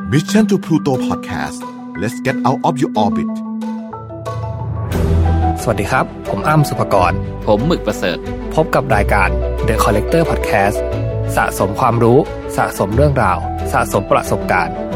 Mission to Pluto Podcast let's get out of your orbit สวัสดีครับผมอ้ำสุภกรผมหมึกประเสริฐพบกับรายการ The Collector Podcast สะสมความรู้สะสมเรื่องราวสะสมประสบการณ์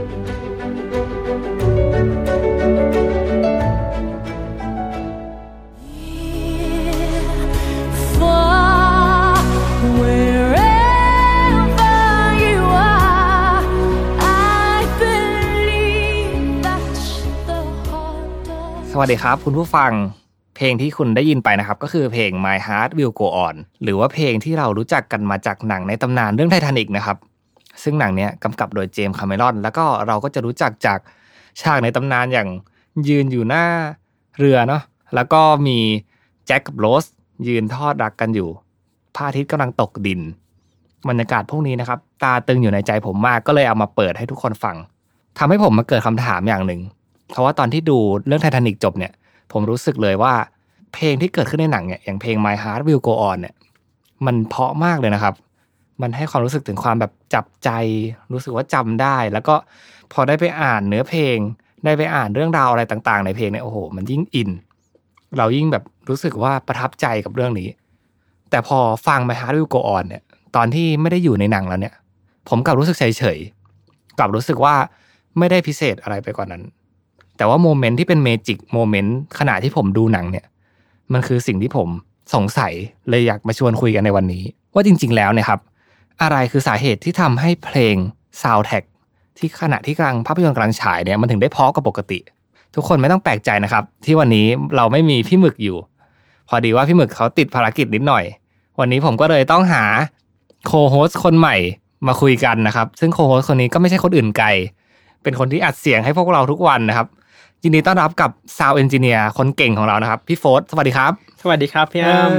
สวัสดีครับคุณผู้ฟังเพลงที่คุณได้ยินไปนะครับก็คือเพลง My Heart Will Go On หรือว่าเพลงที่เรารู้จักกันมาจากหนังในตำนานเรื่องไททานิคนะครับซึ่งหนังเนี้ยกำกับโดยเจมส์คาเมรอนแล้วก็เราก็จะรู้จักจากฉากในตำนานอย่างยืนอยู่หน้าเรือเนาะแล้วก็มีแจ็คกับโรสยืนทอดรักกันอยู่พระอาทิตย์กำลังตกดินบรรยากาศพวกนี้นะครับตาตึงอยู่ในใจผมมากก็เลยเอามาเปิดให้ทุกคนฟังทำให้ผมมาเกิดคำถามอย่างหนึ่งเพราะว่าตอนที่ดูเรื่องไททานิคจบเนี่ยผมรู้สึกเลยว่าเพลงที่เกิดขึ้นในหนังเนี่ยอย่างเพลง My Heart Will Go On เนี่ยมันเพราะมากเลยนะครับมันให้ความรู้สึกถึงความแบบจับใจรู้สึกว่าจำได้แล้วก็พอได้ไปอ่านเนื้อเพลงได้ไปอ่านเรื่องราวอะไรต่างๆในเพลงเนี่ยโอ้โหมันยิ่งอินเรายิ่งแบบรู้สึกว่าประทับใจกับเรื่องนี้แต่พอฟัง My Heart Will Go On เนี่ยตอนที่ไม่ได้อยู่ในหนังแล้วเนี่ยผมกลับรู้สึกเฉยๆกลับรู้สึกว่าไม่ได้พิเศษอะไรไปกว่านั้นแต่ว่าโมเมนต์ที่เป็นเมจิกโมเมนต์ขณะที่ผมดูหนังเนี่ยมันคือสิ่งที่ผมสงสัยเลยอยากมาชวนคุยกันในวันนี้ว่าจริงๆแล้วเนี่ยครับอะไรคือสาเหตุที่ทำให้เพลงซาวด์แทร็กที่ขณะที่กำลังภาพยนตร์กำลังฉายเนี่ยมันถึงได้เพราะกว่าปกติทุกคนไม่ต้องแปลกใจนะครับที่วันนี้เราไม่มีพี่หมึกอยู่พอดีว่าพี่หมึกเขาติดภารกิจนิดหน่อยวันนี้ผมก็เลยต้องหาโคโฮสต์คนใหม่มาคุยกันนะครับซึ่งโคโฮสต์คนนี้ก็ไม่ใช่คนอื่นไกลเป็นคนที่อัดเสียงให้พวกเราทุกวันนะครับยินดีต้อนรับกับซาวด์เอนจิเนียร์คนเก่งของเรานะครับพี่โฟร์ธสวัสดีครับสวัสดีครับพี่อ้ำ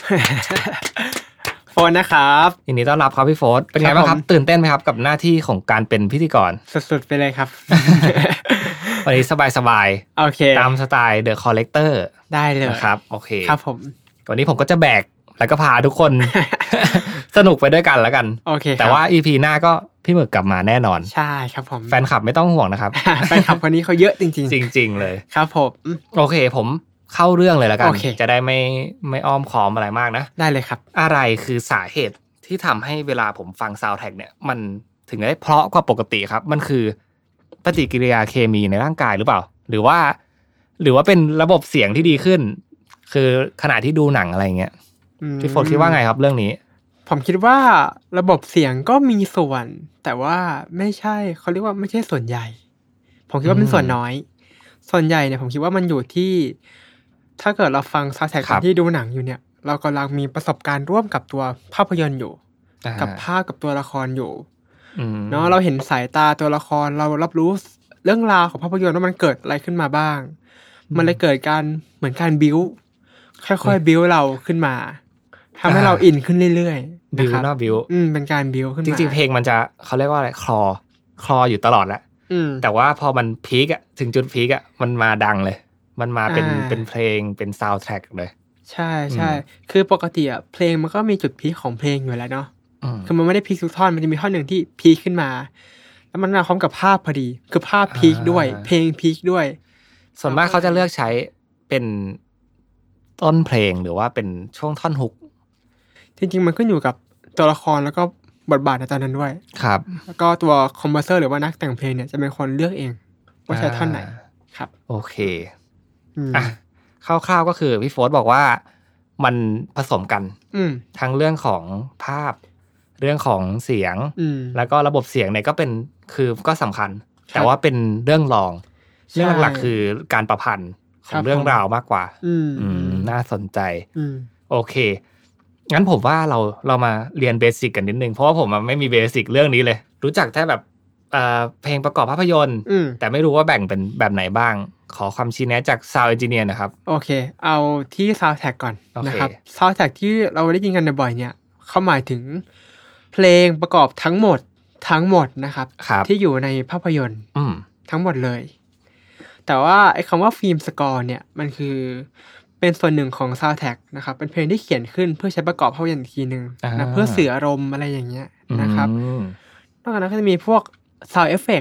โฟร์นะครับยินดีต้อนรับครับพี่โฟร์ธเป็นไงบ้างครับตื่นเต้นไหมครับกับหน้าที่ของการเป็นพิธีกรสุดๆไปเลยครับวันนี้สบายๆโอเคตามสไตล์ The Collector ได้เลยนะครับโอเคครับผมวันนี้ผมก็จะแบกแล้วก็พาทุกคน สนุกไปด้วยกันแล้วกันโอเคแต่ว่า EP หน้าก็พี่หมึกกลับมาแน่นอนใช่ครับผมแฟนคลับไม่ต้องห่วงนะครับแฟนคลับคนนี้เขาเยอะจริงๆจริงๆเลยครับผมโอเคผมเข้าเรื่องเลยแล้วกันจะได้ไม่อ้อมค้อมอะไรมากนะได้เลยครับอะไรคือสาเหตุที่ทำให้เวลาผมฟังซาวด์แทร็กเนี่ยมันถึงได้เพราะกว่าปกติครับมันคือปฏิกิริยาเคมีในร่างกายหรือเปล่าหรือว่าเป็นระบบเสียงที่ดีขึ้นคือขณะที่ดูหนังอะไรเงี้ยพี่โฟร์คิดว่าไงครับเรื่องนี้ผมคิดว่าระบบเสียงก็มีส่วนแต่ว่าไม่ใช่เขาเรียกว่าไม่ใช่ส่วนใหญ่ผมคิดว่าเป็นส่วนน้อยส่วนใหญ่เนี่ยผมคิดว่ามันอยู่ที่ถ้าเกิดเราฟังซาวด์แทร็กที่ดูหนังอยู่เนี่ยเรากำลังมีประสบการณ์ร่วมกับตัวภาพยนตร์อยู่กับภาพกับตัวละครอยู่เนาะเราเห็นสายตาตัวละครเรารับรู้เรื่องราวของภาพยนตร์ว่ามันเกิดอะไรขึ้นมาบ้างมันเลยเกิดการเหมือนการบิ้วค่อยๆบิ้วเราขึ้นมาทำให้เราอินขึ้นเรื่อยๆนะครับบิ้วเป็นการบิ้วขึ้นมาจริงๆเพลงมันจะเขาเรียกว่าอะไรคลออยู่ตลอดแหละแต่ว่าพอมันพีคอะถึงจุดพีคอะมันมาดังเลยมันมาเป็นเพลงเป็นซาวด์แทร็กเลยใช่ใช่คือปกติอะเพลงมันก็มีจุดพีคของเพลงอยู่แล้วเนาะคือมันไม่ได้พีคทุกท่อนมันจะมีท่อนหนึ่งที่พีคขึ้นมาแล้วมันมาพร้อมกับภาพพอดีคือภาพพีคด้วยเพลงพีคด้วยส่วนมากเขาจะเลือกใช้เป็นต้นเพลงหรือว่าเป็นช่วงท่อนฮุกจริงๆมันขึ้นอยู่กับตัวละครแล้วก็บทบาทในตอนนั้นด้วยครับแล้วก็ตัวคอมโพเซอร์หรือว่านักแต่งเพลงเนี่ยจะเป็นคนเลือกเองว่าใช้ท่อนไหนครับโอเคอ่ะคร่าวๆก็คือพี่โฟร์ธบอกว่ามันผสมกันทั้งเรื่องของภาพเรื่องของเสียงแล้วก็ระบบเสียงเนี่ยก็เป็นคือก็สำคัญแต่ว่าเป็นเรื่องรองเรื่องหลักๆคือการประพันธ์ของเรื่องราวมากกว่าน่าสนใจโอเคงั้นผมว่าเรามาเรียนเบสิกกันนิดนึงเพราะว่าผมไม่มีเบสิกเรื่องนี้เลยรู้จักแค่แบบเพลงประกอบภาพยนตร์แต่ไม่รู้ว่าแบ่งเป็นแบบไหนบ้างขอความชี้แนะจากซาวด์เอนจิเนียร์นะครับโอเคเอาที่ซาวด์แทร็กก่อนนะครับซาวด์แทร็กที่เราได้ยินกันบ่อยๆเนี่ยเขาหมายถึงเพลงประกอบทั้งหมดนะครับที่อยู่ในภาพยนตร์ทั้งหมดเลยแต่ว่าไอ้คำว่าฟิล์มสกอร์เนี่ยมันคือเป็นส่วนหนึ่งของซาวด์แทร็กนะครับเป็นเพลงที่เขียนขึ้นเพื่อใช้ประกอบภาพยนตร์อีกทีนึงนะเพื่อสื่ออารมณ์อะไรอย่างเงี้ยนะครับนอกจากนั้นก็จะมีพวกซาวด์เอฟเฟคต์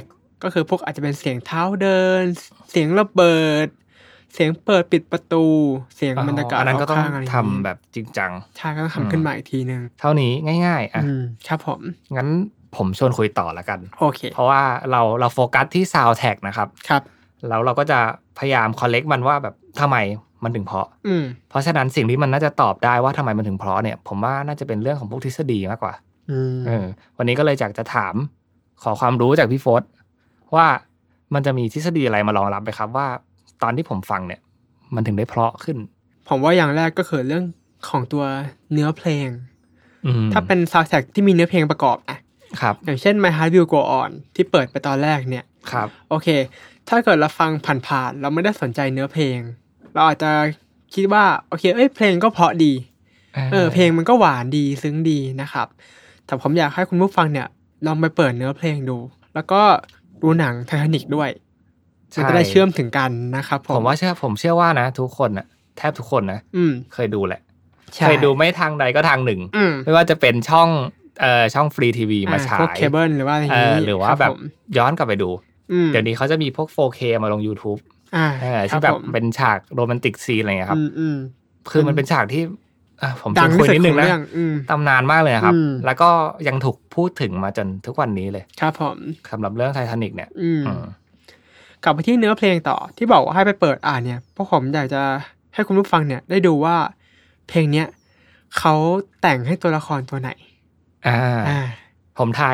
ก็คือพวกอาจจะเป็นเสียงเท้าเดินเสียงระเบิดเสียงเปิดปิดประตูเสียงบรรยากาศอันนั้นก็ต้องข้างๆอะไรทำแบบจริงจังใช่ก็ต้องทำขึ้นมาอีกทีนึงเท่านี้ง่ายๆอ่ะครับผมงั้นผมชวนคุยต่อละกันโอเคเพราะว่าเราโฟกัสที่ sound tag นะครับครับแล้วเราก็จะพยายามคอลเลกต์มันว่าแบบทำไมมันถึงเพราะฉะนั้นสิ่งที่มันน่าจะตอบได้ว่าทำไมมันถึงเพราะเนี่ยผมว่าน่าจะเป็นเรื่องของพวกทฤษฎีมากกว่าวันนี้ก็เลยอยากจะถามขอความรู้จากพี่โฟร์ว่ามันจะมีทฤษฎีอะไรมารองรับไหมครับว่าตอนที่ผมฟังเนี่ยมันถึงได้เพราะขึ้นผมว่าอย่างแรกก็คือเรื่องของตัวเนื้อเพลงถ้าเป็นซาวด์แทร็กที่มีเนื้อเพลงประกอบครับอย่างเช่น My Heart Will Go On ที่เปิดไปตอนแรกเนี่ยครับโอเคถ้าเกิดเราฟังผ่านๆเราไม่ได้สนใจเนื้อเพลงเราอาจจะคิดว่าโอเคเพลงก็เพราะดีเพลงมันก็หวานดีซึ้งดีนะครับแต่ผมอยากให้คุณผู้ฟังเนี่ยลองไปเปิดเนื้อเพลงดูแล้วก็ดูหนังไททานิคด้วยมันจะได้เชื่อมถึงกันนะครับผมเชื่อว่านะทุกคนน่ะแทบทุกคนนะเคยดูแหละเคยดูไม่ทางใดก็ทางหนึ่งไม่ว่าจะเป็นช่องฟรีทีวีมาฉายพวกเคเบิลหรือว่าอะไรอย่างนี้หรือว่าแบบย้อนกลับไปดูเดี๋ยวนี้เขาจะมีพวก 4K มาลง YouTube ที่แบบเป็นฉากโรแมนติกซีนอะไรเงี้ยครับคือมันเป็นฉากที่ผมจะคุยนิดนึงนะตำนานมากเลยครับแล้วก็ยังถูกพูดถึงมาจนทุกวันนี้เลยครับผมสำหรับเรื่องไททานิคเนี่ยกลับไปที่เนื้อเพลงต่อที่บอกว่าให้ไปเปิดเนี่ยเพราะผมอยากจะให้คุณผู้ฟังเนี่ยได้ดูว่าเพลงเนี้ยเขาแต่งให้ตัวละครตัวไหนผมทาย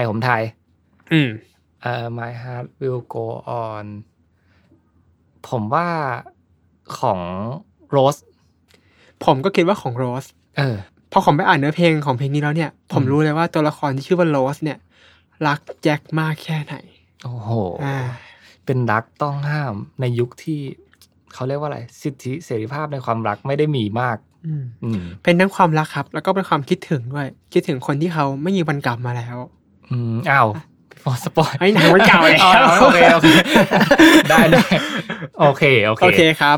My Heart Will Go On ผมว่าของโรสผมก็คิดว่าของโรสพอผมไปอ่านเนื้อเพลงของเพลงนี้แล้วเนี่ยผมรู้เลยว่าตัวละครที่ชื่อว่าโรสเนี่ยรักแจ็คมากแค่ไหนโอ้โหเป็นรักต้องห้ามในยุคที่เขาเรียกว่าอะไรสิทธิเสรีภาพในความรักไม่ได้มีมากเป็นทั้งความรักครับแล้วก็เป็นความคิดถึงด้วยคิดถึงคนที่เขาไม่มีวันกลับมาแล้วอ้าวฟอสปอยไอ้หนังมันเก่าแล้วโอเคได้โอเคครับ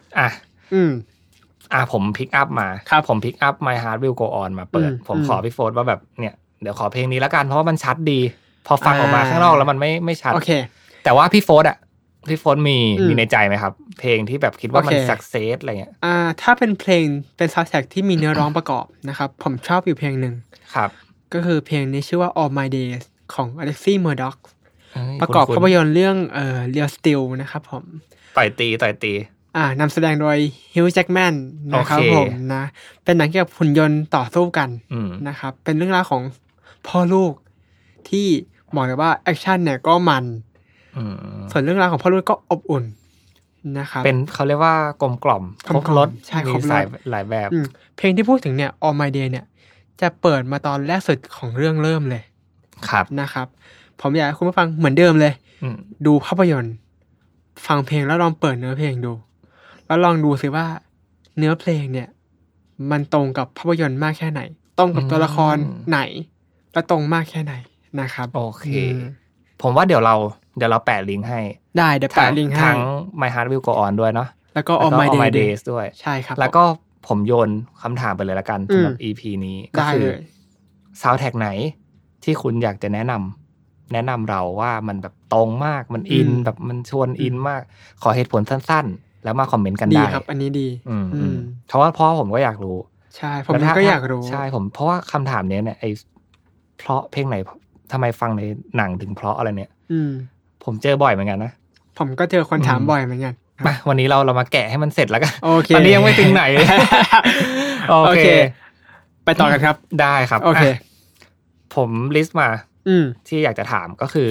ผมพิกอัพมาผมพิกอัพ My Heart Will Go On มาเปิดผมขอพี่โฟร์ว่าแบบเนี่ยเดี๋ยวขอเพลงนี้แล้วกันเพราะว่ามันชัดดีพอฟังออกมาข้างนอกแล้วมันไม่ชัดแต่ว่าพี่โฟร์มีในใจไหมครับเพลงที่แบบคิดว่ามันสักเซสอะไรเงี้ยถ้าเป็นเพลงเป็นซาวด์แทร็กที่มีเนื้อร้องประกอบนะครับผมชอบอยู่เพลงหนึ่งครับก็คือเพลงนี้ชื่อว่า All My Days ของ Alexi Murdoch ประกอบภาพยนตร์เรื่องReal Steel นะครับผมต่อยตีนำแสดงโดยฮิวจ์แจ็คแมนนะครับผมนะเป็นหนังเกี่ยวกับหุ่นยนต์ต่อสู้กันนะครับเป็นเรื่องราวของพ่อลูกที่บอกเลยว่าแอคชั่นเนี่ยก็มันส่วนเรื่องราวของพ่อลูกก็อบอุ่นนะครับเป็นเขาเรียกว่ากลมกล่อมครบรสมีหลายแบบเพลงที่พูดถึงเนี่ย All My Day เนี่ยจะเปิดมาตอนแรกสุดของเรื่องเริ่มเลยครับนะครับผมอยากให้คุณผู้ฟังเหมือนเดิมเลยดูภาพยนตร์ฟังเพลงแล้วลองเปิดเนื้อเพลงดูแล้วลองดูสิว่าเนื้อเพลงเนี่ยมันตรงกับภาพยนตร์มากแค่ไหนตรงกับตัวละครไหนและตรงมากแค่ไหนนะครับโอเคผมว่าเดี๋ยวเราแปะลิงก์ให้ได้เดี๋ยวแปะลิงก์ให้ทั้ง My Heart Will Go On ด้วยเนาะแล้วก็ All My Days ด้วยใช่ครับแล้วก็ผมโยนคำถามไปเลยละกันสำหรับ EP นี้ก็คือซาวด์แทร็กไหนที่คุณอยากจะแนะนำเราว่ามันแบบตรงมากมันอินแบบมันชวนอินมากขอเหตุผลสั้นๆแล้วมาคอมเมนต์กันได้ดีครับอันนี้ดีเพราะว่าผมก็อยากรู้ใช่ผมก็อยากรู้ใช่ผมเพราะว่าคำถามนี้เนี่ยไอเพราะเพลงไหนทำไมฟังในหนังถึงเพราะอะไรเนี่ยผมเจอบ่อยเหมือนกันนะผมก็เจอคนถามบ่อยเหมือนกันมาวันนี้เรามาแกะให้มันเสร็จแล้วกันตอนนี้ยังไม่ถึงไหนโอเคไปต่อกันครับได้ครับโอเคผมลิสต์มาที่อยากจะถามก็คือ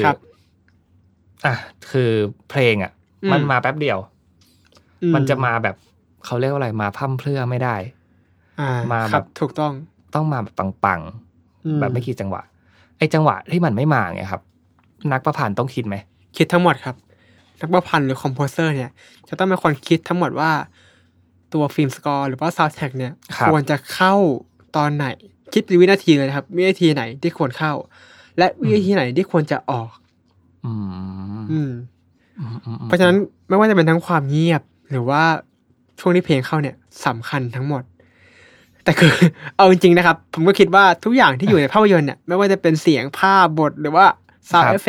คือเพลงมันมาแป๊บเดียวมันจะมาแบบเขาเรียกว่าอะไรมาพร่ำเพรื่อไม่ได้มาแบบถูกต้องมาแบบปังๆแบบไม่กี่จังหวะไอ้จังหวะที่มันไม่มาไงครับนักประพันธ์ต้องคิดไหมคิดทั้งหมดครับนักประพันธ์หรือคอมโพเซอร์เนี่ยจะต้องเป็นคนคิดทั้งหมดว่าตัวฟิล์มสกอร์หรือว่าซาวด์แทร็กเนี่ยควรจะเข้าตอนไหนคิดเป็นวินาทีเลยนะครับวินาทีไหนที่ควรเข้าและวินาทีไหนที่ควรจะออกเพราะฉะนั้นไม่ว่าจะเป็นทั้งความเงียบหรือว่าช่วงที่เพลงเข้าเนี่ยสำคัญทั้งหมดแต่คือเอาจริงๆนะครับผมก็คิดว่าทุกอย่างที่อยู่ในภาพยนตร์เนี่ยไม่ว่าจะเป็นเสียงภาพบทหรือว่าซาวด์เอฟเฟคต์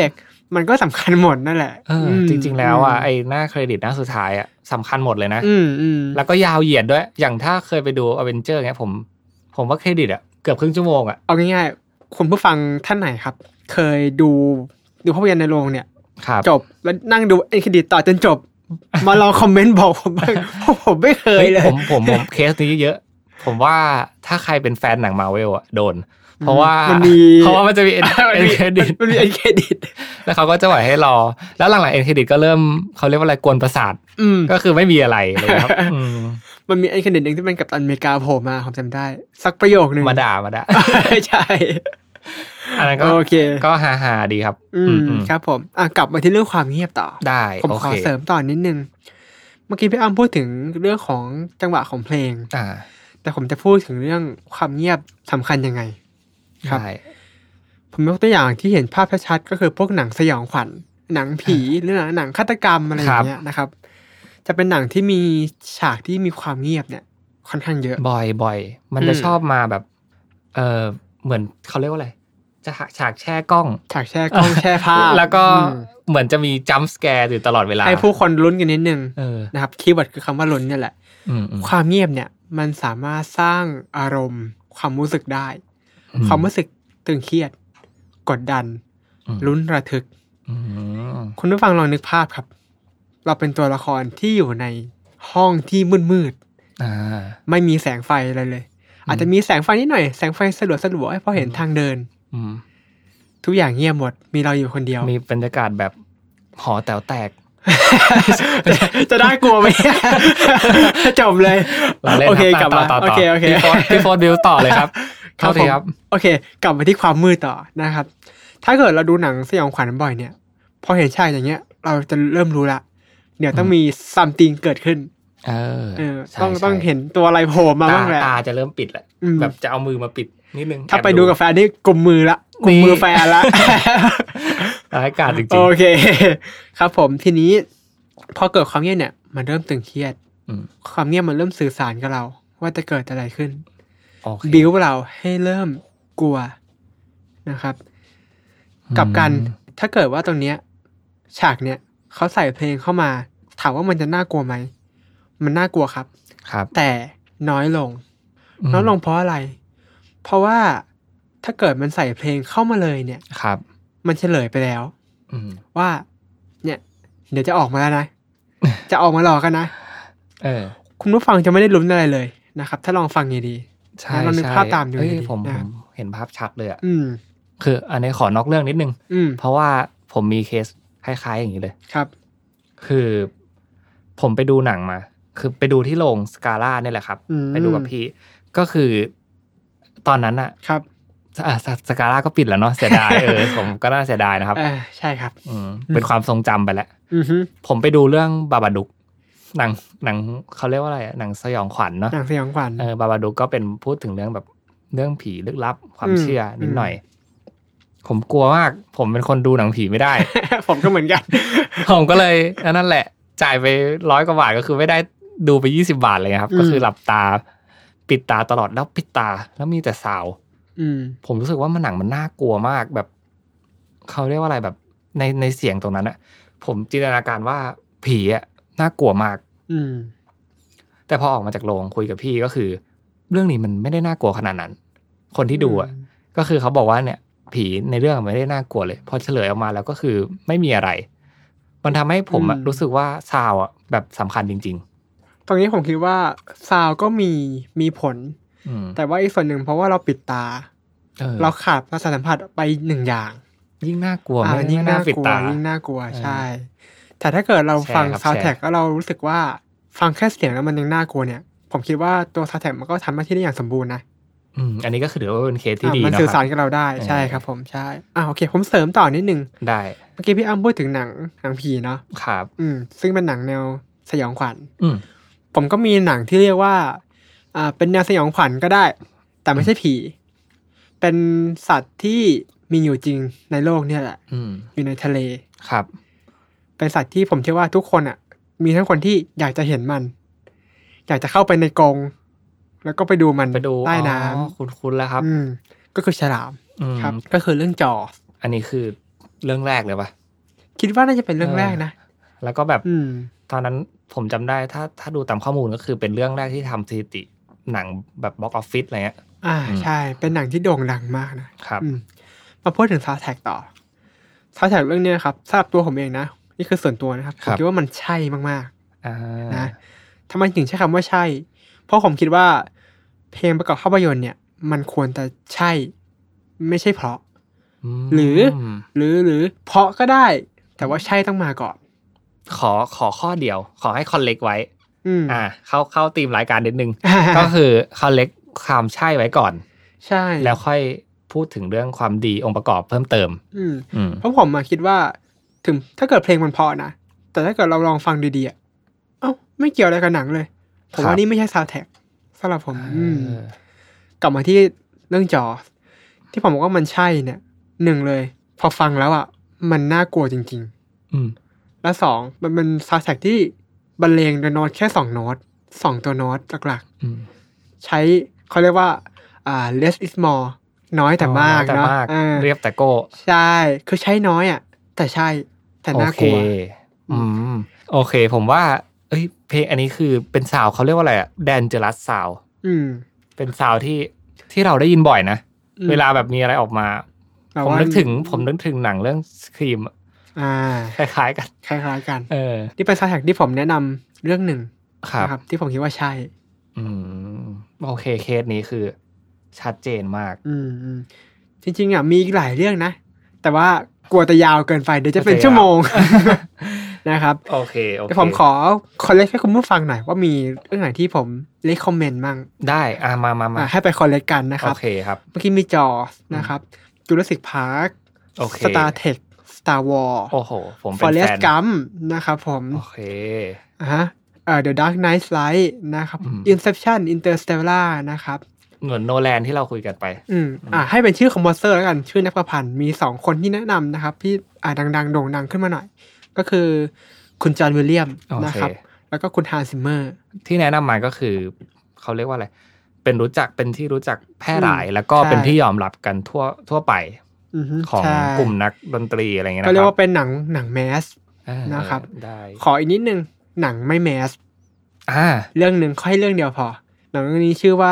มันก็สำคัญหมดนั่นแหละจริงๆแล้วอ่ะไอ้หน้าเครดิตหน้าสุดท้ายอ่ะสำคัญหมดเลยนะแล้วก็ยาวเหยียดด้วยอย่างถ้าเคยไปดู Avenger เงี้ยผมว่าเครดิตอ่ะเกือบครึ่งชั่วโมงอ่ะเอาง่ายๆคุณผู้ฟังท่านไหนครับเคยดูภาพยนตร์ในโรงเนี่ยจบแล้วนั่งดูเอ็นเครดิตต่อจนจบมาลองคอมเมนต์บอกผมบ้างผมไม่เคยเลยผมเคสนี้เยอะผมว่าถ้าใครเป็นแฟนหนัง Marvel อ่ะโดนเพราะว่ามันจะมีเอ็นเครดิตมันมีเอ็นเครดิตแล้วเขาก็จะปล่อยให้รอแล้วหลังๆเอ็นเครดิตก็เริ่มเขาเรียกว่าอะไรกวนประสาทก็คือไม่มีอะไรเลยครับมันมีเอ็นเครดิตนึงที่เป็นกัปตันอเมริกาโผล่มาผมจำได้สักประโยคนึงมาด่าใช่อันนั้นก็โอเคก็ฮาๆดีครับครับผมกลับมาที่เรื่องความเงียบต่อได้ผมขอเสริมต่อนิดนึงเมื่อกี้พี่อ้ำพูดถึงเรื่องของจังหวะของเพลงแต่ผมจะพูดถึงเรื่องความเงียบสำคัญยังไงครับผมยกตัวอย่างที่เห็นภาพชัดๆก็คือพวกหนังสยองขวัญหนังผีหรือหนังฆาตกรรมอะไรอย่างเงี้ยนะครับจะเป็นหนังที่มีฉากที่มีความเงียบเนี่ยค่อนข้างเยอะบ่อยมันจะชอบมาแบบเหมือนเขาเรียกว่าอะไรจะฉากแช่กล้องแช่ภาพแล้วก็เหมือนจะมีจัมป์สแกร์อยู่ตลอดเวลาให้ผู้คนลุ้นกันนิดนึงนะครับคีย์เวิร์ดคือคำว่าลุ้นนี่แหละความเงียบเนี่ยมันสามารถสร้างอารมณ์ความรู้สึกได้ความรู้สึกตึงเครียดกดดันลุ้นระทึกคุณผู้ฟังลองนึกภาพครับเราเป็นตัวละครที่อยู่ในห้องที่มืดๆไม่มีแสงไฟอะไรเลยอาจจะมีแสงไฟนิดหน่อยแสงไฟสลัวๆให้พอเห็นทางเดินทุกอย่างเงียบหมดมีเราอยู่คนเดียวมีบรรยากาศแบบหอแต๋วแตกจะได้กลัวไหมจบเลยโอเคกลับมาโอเคพี่โฟร์ดิวต่อเลยครับเข้าทีครับโอเคกลับมาที่ความมืดต่อนะครับถ้าเกิดเราดูหนังสยองขวัญบ่อยเนี่ยพอเห็นฉากอย่างเงี้ยเราจะเริ่มรู้ละเดี๋ยวต้องมี something เกิดขึ้นต้องเห็นตัวอะไรโผล่มาบ้างแหละตาจะเริ่มปิดแหละแบบจะเอามือมาปิดนิดนึงถ้าไปดูกับแฟนนี่กุมมือละกุมมือแฟนละอากาศจริงๆโอเคครับผมทีนี้พอเกิดความเงียบเนี่ยมันเริ่มตึงเครียดความเงียบมันเริ่มสื่อสารกับเราว่าจะเกิดอะไรขึ้นบิ้วเราให้เริ่มกลัวนะครับกับกันถ้าเกิดว่าตรงเนี้ยฉากเนี้ยเขาใส่เพลงเข้ามาถามว่ามันจะน่ากลัวไหมมันน่ากลัวครับแต่น้อยลงเพราะอะไรเพราะว่าถ้าเกิดมันใส่เพลงเข้ามาเลยเนี่ยมันเฉลยไปแล้วว่าเนี่ยเดี๋ยวจะออกมาแล้วนะ จะออกมาหลอกกันนะคุณผู้ฟังจะไม่ได้ลุ้นอะไรเลยนะครับถ้าลองฟังดีๆใช่ลองนึกภาพตามดูดีผมเห็นภาพชัดเลยอ่ะคืออันนี้ขอนอกเรื่องนิดนึงเพราะว่าผมมีเคสคล้ายๆอย่างนี้เลยครับคือผมไปดูหนังมาคือไปดูที่โรงสกาล่านี่แหละครับไปดูกับพี่ก็คือตอนนั้นอ่ะครับสกาล่าก็ปิดแล้วเนาะเสียดายผมก็น่าเสียดายนะครับใช่ครับเป็นความทรงจำไปแล้วผมไปดูเรื่องบาบาดุกหนังเขาเรียกว่าอะไรหนังสยองขวัญเนาะหนังสยองขวัญบาบาดุกก็เป็นพูดถึงเรื่องแบบเรื่องผีลึกลับความเชื่อนิดหน่อยผมกลัวมากผมเป็นคนดูหนังผีไม่ได้ผมก็เหมือนกันผมก็เลยนั่นแหละจ่ายไป100 กว่าบาทก็คือไม่ได้ดูไป20 บาทเลยครับก็คือหลับตาปิดตาตลอดแล้วปิดตาแล้วมีแต่ซาวผมรู้สึกว่ามันหนังมันน่ากลัวมากแบบเขาเรียกว่าอะไรแบบในเสียงตรงนั้นอะผมจินตนาการว่าผีอะน่ากลัวมากแต่พอออกมาจากโรงคุยกับพี่ก็คือเรื่องนี้มันไม่ได้น่ากลัวขนาดนั้นคนที่ดูอะก็คือเขาบอกว่าเนี่ยผีในเรื่องไม่ได้น่ากลัวเลยพอเฉลยออกมาแล้วก็คือไม่มีอะไรมันทำให้ผมรู้สึกว่าซาวอะแบบสำคัญจริงๆตรงนี้ผมคิดว่าซาวก็มีผลแต่ว่าอีกส่วนหนึ่งเพราะว่าเราปิดตาเราขาดประสาทสัมผัสไป1อย่างยิ่งน่ากลัวยิ่งน่ากลัวยิ่งน่ากลัวใช่แต่ถ้าเกิดเราฟังซาวด์แทร็กแล้วเรารู้สึกว่าฟังแค่เสียงแล้วมันยังน่ากลัวเนี่ยผมคิดว่าตัวซาวด์แทร็กมันก็ทำหน้าที่ได้อย่างสมบูรณ์นะอันนี้ก็คือถือว่าเป็นเคสที่ดีนะมันสื่อสารกับเราได้ใช่ครับผมใช่โอเคผมเสริมต่อนิดนึงได้เมื่อกี้พี่อ้ำพูดถึงหนังผีเนาะครับซึ่งเป็นหนังแนวสยองขวัญผมก็มีหนังที่เรียกว่าเป็นแนวสยองขวัญก็ได้แต่ไม่ใช่ผีเป็นสัตว์ที่มีอยู่จริงในโลกเนี่ยแหละอยู่ในทะเลครับเป็นสัตว์ที่ผมเชื่อว่าทุกคนมีทั้งคนที่อยากจะเห็นมันอยากจะเข้าไปในกรงแล้วก็ไปดูมันใต้น้ำคุ้นๆแล้วครับก็คือฉลามครับก็คือเรื่องจออันนี้คือเรื่องแรกเลยปะคิดว่าน่าจะเป็นเรื่องแรกนะแล้วก็แบบตอนนั้นผมจำได้ถ้าดูตามข้อมูลก็คือเป็นเรื่องแรกที่ทำสถิติหนังแบบบ็อกซ์ออฟฟิศอะไรเงี้ยใช่เป็นหนังที่โด่งดังมากนะครับมาพูดถึงซาวด์แทร็กต่อซาวด์แทร็กเรื่องนี้ครับสำหรับตัวผมเองนะนี่คือส่วนตัวนะครับผมคิดว่ามันใช่มากๆนะทำไมถึงใช้คำว่าใช่เพราะผมคิดว่าเพลงประกอบภาพยนตร์เนี่ยมันควรจะใช่ไม่ใช่เพราะหรือเพราะก็ได้แต่ว่าใช่ต้องมาก่อนขอข้อเดียวขอให้คอนเล็กไว้เข้าธีมรายการนิดนึง ก็คือคอนเล็กความใช่ไว้ก่อนใช่แล้วค่อยพูดถึงเรื่องความดีองค์ประกอบเพิ่มเติมเพราะผมคิดว่าถึงถ้าเกิดเพลงมันเพราะนะแต่ถ้าเกิดเราลองฟังดีๆไม่เกี่ยวอะไรกับหนังเลยผมว่านี่ไม่ใช่ซาวด์แทร็กสำหรับผมกลับมาที่เรื่องจอที่ผมบอกว่ามันใช่เนี่ยหนึ่งเลยพอฟังแล้วมันน่ากลัวจริงๆและสองมันเป็นซาวด์แทร็กที่บรรเลงโดยโน้ตแค่2โน้ต2ตัวโน้ตหลักๆใช้เขาเรียกว่าless is more น้อยแต่มากเนาะเรียบแต่โก้ใช่คือใช้น้อยแต่ใช่แต่น่ากลัวโอเคผมว่าเพลงอันนี้คือเป็นซาวเขาเรียกว่าอะไรdangerous sound เป็นซาวที่เราได้ยินบ่อยนะเวลาแบบมีอะไรออกมาผมนึกถึงหนังเรื่องสครีมคล้ายๆกันที่เป็นซาวด์แทร็กที่ผมแนะนำเรื่องหนึ่งนะครับที่ผมคิดว่าใช่โอเคเคสนี้คือชัดเจนมากจริงๆมีอีกหลายเรื่องนะแต่ว่ากลัวจะยาวเกินไปเดี๋ยวจะเป็นชั่วโมงนะครับโอเคแต่ผมขอคอลเลกต์ให้คุณผู้ฟังหน่อยว่ามีเรื่องไหนที่ผมเลคคอมเมนต์มั่งได้มาให้ไปคอลเลกต์กันนะครับโอเคครับเมื่อกี้มีจอสนะครับจูราสสิคพาร์คสตาร์เทคสตาร์วอร์โอ้โหผมเป็นแฟน Forrest Gump นะครับผมโอเค The Dark Knight Rises นะครับ Inception Interstellar นะครับเหมือนโนแลนที่เราคุยกันไปให้เป็นชื่อคอมโพเซอร์แล้วกันชื่อนักประพันธ์มี2คนที่แนะนำนะครับที่ดังๆโด่งดังขึ้นมาหน่อยก็คือคุณจอห์นวิลเลียมนะครับแล้วก็คุณฮันซิมเมอร์ที่แนะนำมาก็คือเขาเรียกว่าอะไรเป็นที่รู้จักแพร่หลายแล้วก็เป็นที่ยอมรับกันทั่วไปของกลุ่มนักดนตรีอะไรเงี้ยนะครับก็เรียกว่าเป็นหนังแมสนะครับขออีกนิดนึงหนังไม่แมสเรื่องนึงค่อยเรื่องเดียวพอหนังเรื่องนี้ชื่อว่า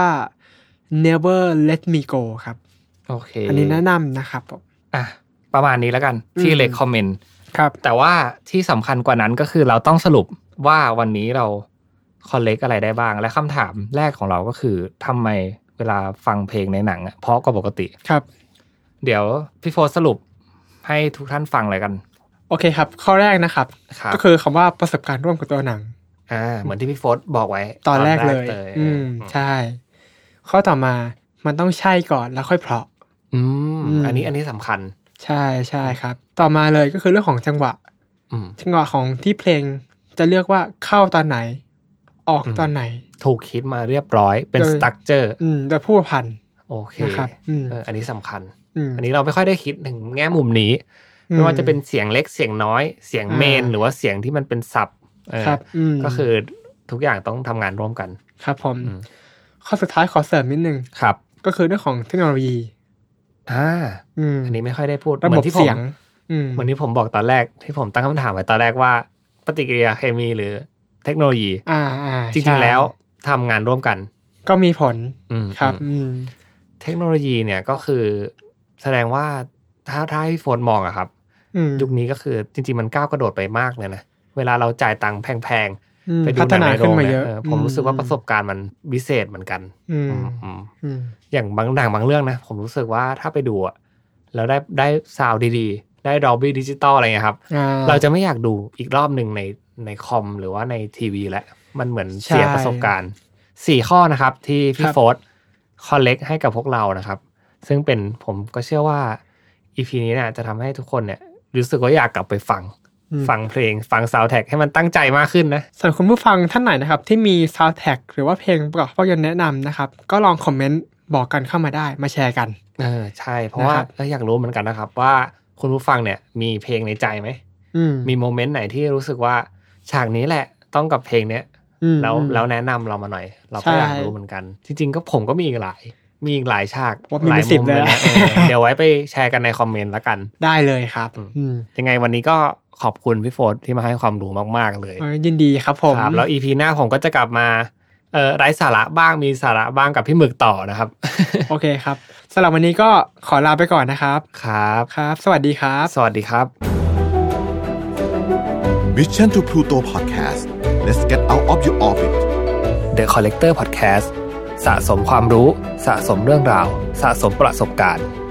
Never Let Me Go ครับโอเคอันนี้แนะนำนะครับผมประมาณนี้แล้วกันที่เลคคอมเมนต์ครับแต่ว่าที่สำคัญกว่านั้นก็คือเราต้องสรุปว่าวันนี้เราคอลเลกอะไรได้บ้างและคำถามแรกของเราก็คือทำไมเวลาฟังเพลงในหนังเพราะกว่าปกติครับเดี๋ยวพี่โฟร์สรุปให้ทุกท่านฟังเลยกันโอเคครับข้อแรกนะครับก็คือคำว่าประสบการณ์ร่วมกับตัวหนังเหมือนที่พี่โฟร์บอกไว้ตอนแรกเลยใช่ข้อต่อมามันต้องใช่ก่อนแล้วค่อยเพราะอันนี้สำคัญใช่ครับต่อมาเลยก็คือเรื่องของจังหวะของที่เพลงจะเลือกว่าเข้าตอนไหนออกตอนไหนถูกคิดมาเรียบร้อยเป็นสตรัคเจอร์โดยผู้ประพันธ์โอเคนะครับอันนี้สำคัญอันนี้เราไม่ค่อยได้คิดถึงแง่มุมนี้ไม่ว่าจะเป็นเสียงเล็กเสียงน้อยเสียงเมนหรือว่าเสียงที่มันเป็นซับก็คือทุกอย่างต้องทำงานร่วมกันครับผมข้อสุดท้ายขอเสริมนิดนึงครับก็คือเรื่องของเทคโนโลยีอันนี้ไม่ค่อยได้พูดระบบเสียงเหมือนที่ผมบอกตอนแรกที่ผมตั้งคำถามไว้ตอนแรกว่าปฏิกิริยาเคมีหรือเทคโนโลยีจริงๆแล้วทำงานร่วมกันก็มีผลครับเทคโนโลยีเนี่ยก็คือแสดงว่าถ้าให้โฟนมองอะครับยุคนี้ก็คือจริงๆมันก้าวกระโดดไปมากเลยนะเวลาเราจ่ายตังค์แพงๆไปดูหนังในโรงเนี่ยผมรู้สึกว่าประสบการณ์มันพิเศษเหมือนกันอย่างบางหนังบางเรื่องนะผมรู้สึกว่าถ้าไปดูอะแล้วได้ซาวด์ดีๆได้ Dolby Digital อะไรเงี้ยครับเราจะไม่อยากดูอีกรอบนึงในคอมหรือว่าในทีวีแล้วมันเหมือนเสียประสบการณ์4ข้อนะครับที่พี่โฟร์คอลเลกต์ให้กับพวกเรานะครับซึ่งเป็นผมก็เชื่อว่า EP นี้เนี่ยจะทำให้ทุกคนเนี่ยรู้สึกว่าอยากกลับไปฟังเพลงฟังซาวด์แทร็กให้มันตั้งใจมากขึ้นนะส่วนคุณผู้ฟังท่านไหนนะครับที่มีซาวด์แทร็กหรือว่าเพลงประกอบภาพยนตร์แนะนำนะครับก็ลองคอมเมนต์บอกกันเข้ามาได้มาแชร์กันใช่เพราะว่าอยากรู้เหมือนกันนะครับว่าคุณผู้ฟังเนี่ยมีเพลงในใจไหมมีโมเมนต์ไหนที่รู้สึกว่าฉากนี้แหละต้องกับเพลงเนี้ยแล้วแนะนำเรามาหน่อยเราก็อยากรู้เหมือนกันจริงๆก็ผมก็มีอีกหลายมีอีกหลายฉากว่ามีหลายเป็น10 มุมเลยนะเดี๋ยวไว้ไปแชร์กันในคอมเมนต์ละกันได้เลยครับยังไงวันนี้ก็ขอบคุณพี่โฟร์ที่มาให้ความรู้มากๆเลยยินดีครับผมครับแล้ว EP หน้าผมก็จะกลับมาไร้สาระบ้างมีสาระบ้างกับพี่หมึกต่อนะครับโอเคครับสำหรับวันนี้ก็ขอลาไปก่อนนะครับครับสวัสดีครับสวัสดีครับ Mission to Pluto Podcast Let's get out of your orbit The Collector Podcast สะสมความรู้สะสมเรื่องราวสะสมประสบการณ์